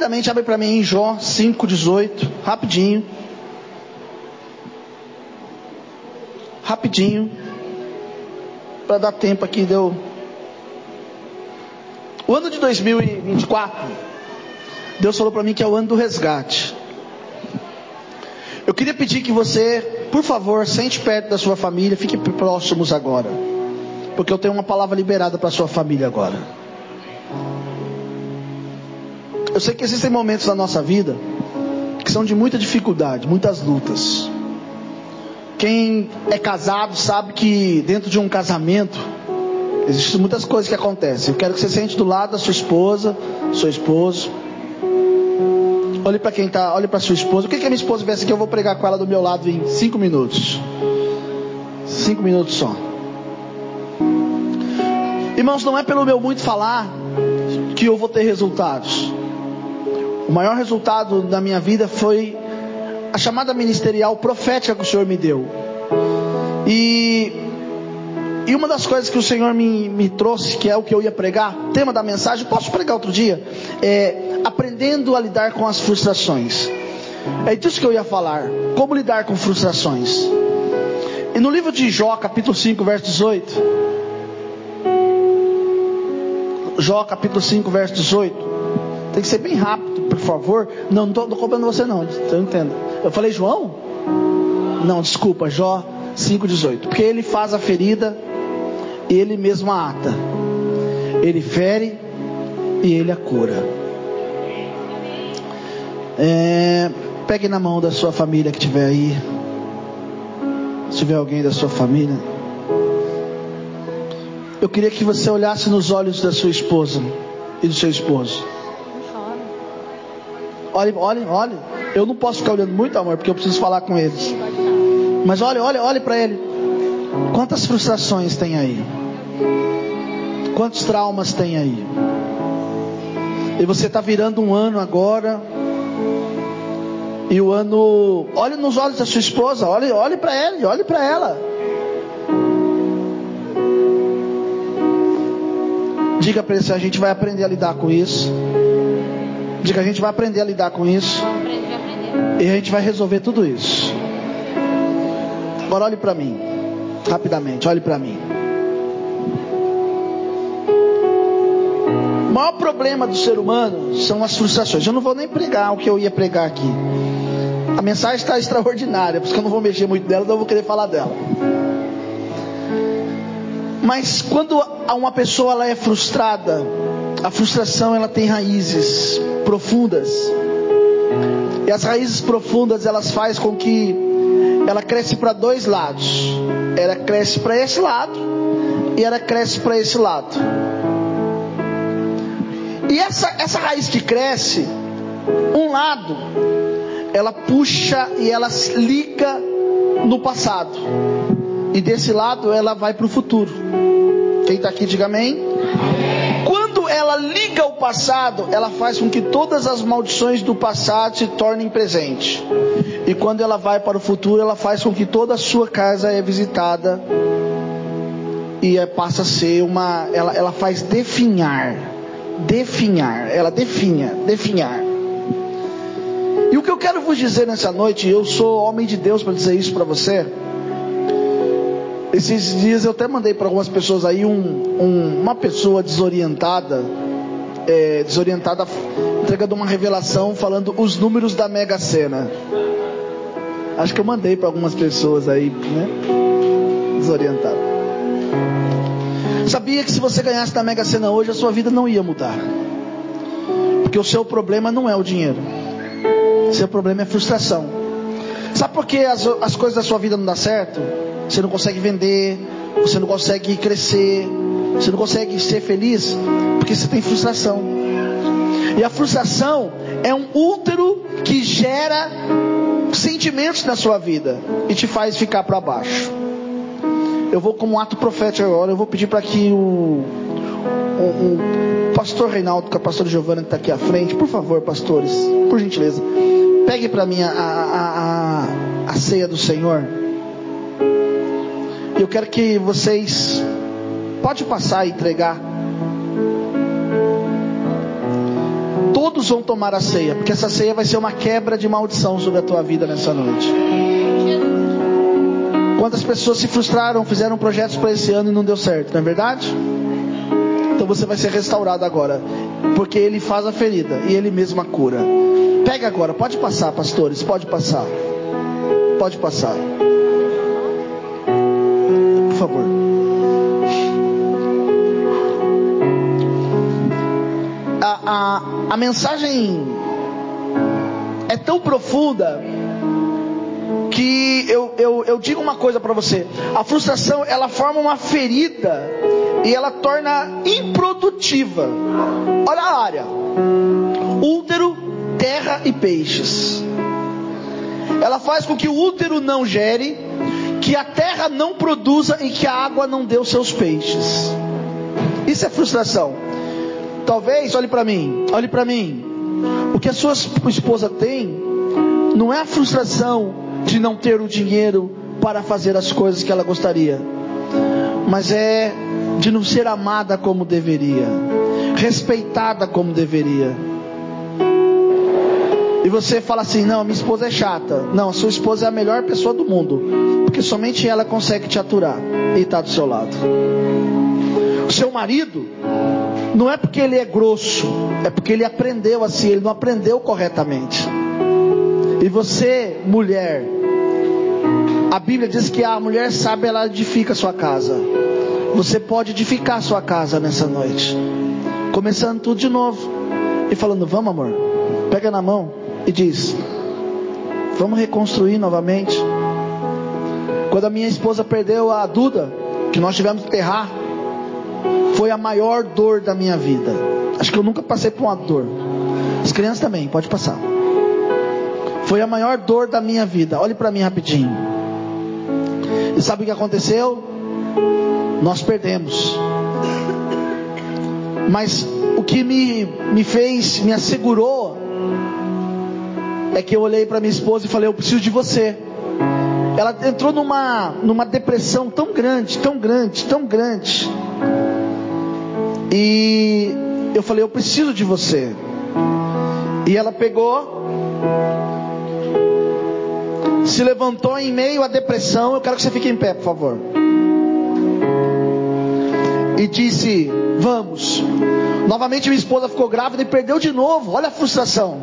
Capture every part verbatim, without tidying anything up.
Rapidamente, abre para mim em Jó cinco, dezoito. Rapidinho. Rapidinho. Para dar tempo aqui, deu. O ano de dois mil e vinte e quatro, Deus falou para mim que é o ano do resgate. Eu queria pedir que você, por favor, sente perto da sua família, fique próximos agora, porque eu tenho uma palavra liberada para a sua família agora. Eu sei que existem momentos na nossa vida que são de muita dificuldade, muitas lutas. Quem é casado sabe que dentro de um casamento existem muitas coisas que acontecem. Eu quero que você sente do lado da sua esposa, seu esposo. Olhe para quem está, olhe para sua esposa. O que que a minha esposa pensa que eu vou pregar com ela do meu lado em cinco minutos? Cinco minutos só. Irmãos, não é pelo meu muito falar que eu vou ter resultados. O maior resultado da minha vida foi a chamada ministerial profética que o Senhor me deu. E, e uma das coisas que o Senhor me, me trouxe, que é o que eu ia pregar, tema da mensagem, posso pregar outro dia, é aprendendo a lidar com as frustrações. É disso que eu ia falar, como lidar com frustrações. E no livro de Jó, capítulo cinco, verso dezoito, Jó, capítulo cinco, verso dezoito, tem que ser bem rápido, por favor. Não, não estou cobrando você não, você não entende. Eu falei João? Não, desculpa, Jó cinco, dezoito. Porque ele faz a ferida e ele mesmo a ata. Ele fere e ele a cura. É, pegue na mão da sua família que estiver aí. Se tiver alguém da sua família, eu queria que você olhasse nos olhos da sua esposa e do seu esposo. Olhe, olhe, olhe. Eu não posso ficar olhando muito, amor, porque eu preciso falar com eles. Mas olhe, olhe, olhe para ele. Quantas frustrações tem aí? Quantos traumas tem aí? E você está virando um ano agora. E o ano... Olhe nos olhos da sua esposa. Olhe, olhe para ele, olhe para ela. Diga para ele se a gente vai aprender a lidar com isso. Diga, a gente vai aprender a lidar com isso. E a gente vai resolver tudo isso. Agora olhe para mim. Rapidamente, olhe para mim. O maior problema do ser humano são as frustrações. Eu não vou nem pregar o que eu ia pregar aqui. A mensagem está extraordinária, por isso que eu não vou mexer muito dela, não vou querer falar dela. Mas quando uma pessoa ela é frustrada, a frustração ela tem raízes profundas. E as raízes profundas elas fazem com que ela cresce para dois lados. Ela cresce para esse lado e ela cresce para esse lado. E essa, essa raiz que cresce, um lado, ela puxa e ela liga no passado. E desse lado ela vai para o futuro. Quem está aqui diga amém. Quando ela liga o passado, ela faz com que todas as maldições do passado se tornem presente. E quando ela vai para o futuro, ela faz com que toda a sua casa é visitada. E passa a ser uma... Ela, ela faz definhar. Definhar. Ela definha. Definhar. E o que eu quero vos dizer nessa noite, eu sou homem de Deus para dizer isso para você. Esses dias eu até mandei para algumas pessoas aí um, um, uma pessoa desorientada, é, desorientada, entregando uma revelação falando os números da Mega Sena. Acho que eu mandei para algumas pessoas aí, né? Desorientada. Sabia que se você ganhasse na Mega Sena hoje, a sua vida não ia mudar. Porque o seu problema não é o dinheiro. O seu problema é frustração. Sabe por que as, as coisas da sua vida não dão certo? Você não consegue vender, você não consegue crescer, você não consegue ser feliz, porque você tem frustração. E a frustração é um útero que gera sentimentos na sua vida e te faz ficar para baixo. Eu vou, como um ato profético agora, eu vou pedir para que o, o, o pastor Reinaldo, com a pastora Giovana que está aqui à frente, por favor, pastores, por gentileza, pegue para mim a, a, a, a ceia do Senhor. Eu quero que vocês... Pode passar e entregar. todos vão tomar a ceia, porque essa ceia vai ser uma quebra de maldição sobre a tua vida nessa noite. Quantas pessoas se frustraram, fizeram projetos para esse ano e não deu certo, não é verdade? Então você vai ser restaurado agora, porque Ele faz a ferida e Ele mesmo a cura. Pega agora, pode passar, pastores, pode passar. Pode passar. Por favor. A, a, a mensagem é tão profunda que eu, eu, eu digo uma coisa para você. A frustração, ela forma uma ferida e ela torna improdutiva. Olha a área: útero, terra e peixes. Ela faz com que o útero não gere, que a terra não produza e que a água não dê os seus peixes. Isso é frustração. Talvez, olhe para mim, olhe para mim. O que a sua esposa tem não é a frustração de não ter o dinheiro para fazer as coisas que ela gostaria, mas é de não ser amada como deveria, respeitada como deveria. E você fala assim: não, minha esposa é chata. Não, a sua esposa é a melhor pessoa do mundo, porque somente ela consegue te aturar e está do seu lado. O seu marido não é porque ele é grosso, é porque ele aprendeu assim, ele não aprendeu corretamente. E você, mulher, a Bíblia diz que a mulher sábia, ela edifica a sua casa. Você pode edificar a sua casa nessa noite, começando tudo de novo e falando: vamos, amor, pega na mão e diz: vamos reconstruir novamente. Quando a minha esposa perdeu a Duda, que nós tivemos que enterrar, foi a maior dor da minha vida. Acho que eu nunca passei por uma dor. As crianças também, pode passar. Foi a maior dor da minha vida. Olhe para mim rapidinho. E sabe o que aconteceu? Nós perdemos. Mas o que me, me fez, me assegurou, é que eu olhei para minha esposa e falei: eu preciso de você. Ela entrou numa, numa depressão tão grande, tão grande, tão grande. E eu falei: eu preciso de você. E ela pegou, se levantou em meio à depressão. Eu quero que você fique em pé, por favor. E disse: vamos. Novamente minha esposa ficou grávida e perdeu de novo. Olha a frustração.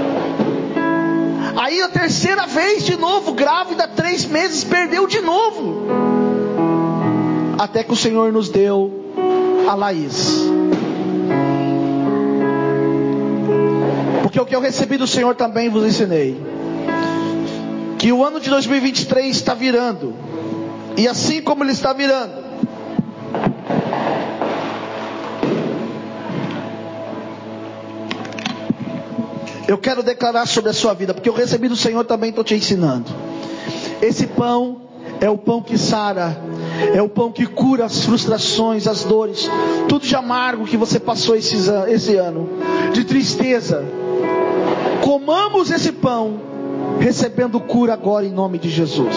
Aí a terceira vez de novo, grávida, três meses, perdeu de novo. Até que o Senhor nos deu a Laís. Porque o que eu recebi do Senhor também vos ensinei, que o ano de dois mil e vinte e três está virando. E assim como ele está virando, eu quero declarar sobre a sua vida, porque eu recebi do Senhor também, estou te ensinando. Esse pão é o pão que sara, é o pão que cura as frustrações, as dores, tudo de amargo que você passou esse, esse ano, de tristeza. Comamos esse pão, recebendo cura agora em nome de Jesus.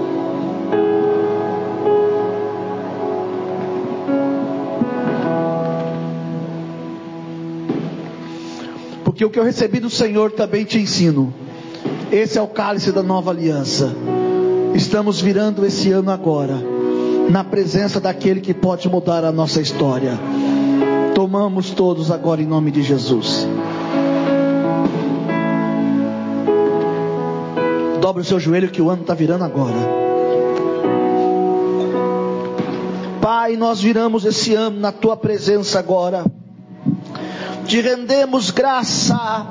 Porque o que eu recebi do Senhor também te ensino. Esse é o cálice da nova aliança. Estamos virando esse ano agora, na presença daquele que pode mudar a nossa história. Tomamos todos agora em nome de Jesus. Dobre o seu joelho que o ano está virando agora. Pai, nós viramos esse ano na tua presença agora. Te rendemos graça.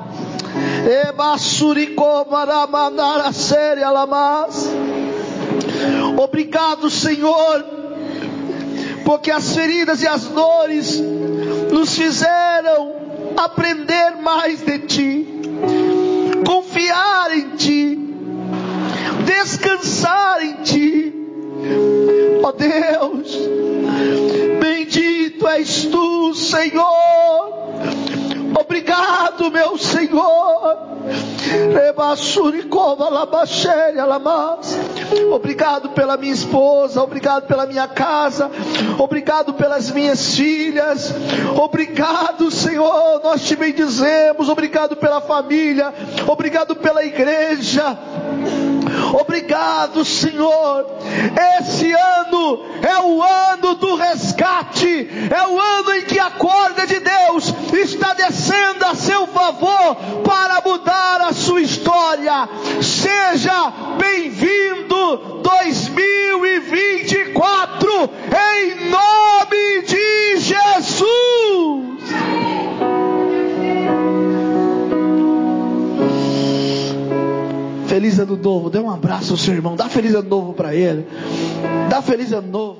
Obrigado, Senhor, porque as feridas e as dores nos fizeram aprender mais de Ti, confiar em Ti, descansar em Ti. Ó Deus, bendito és Tu, Senhor. Obrigado, meu Senhor. Obrigado pela minha esposa, obrigado pela minha casa, obrigado pelas minhas filhas, obrigado, Senhor, nós te bendizemos, obrigado pela família, obrigado pela igreja, obrigado, Senhor. Esse ano é o ano do resgate, é o ano em que a corda de Deus está descendo a seu favor para mudar a sua história. Seja bem-vindo dois mil e vinte e quatro, em nome de Jesus. Feliz ano novo. Dê um abraço ao seu irmão, dá feliz ano novo para ele, dá feliz ano novo.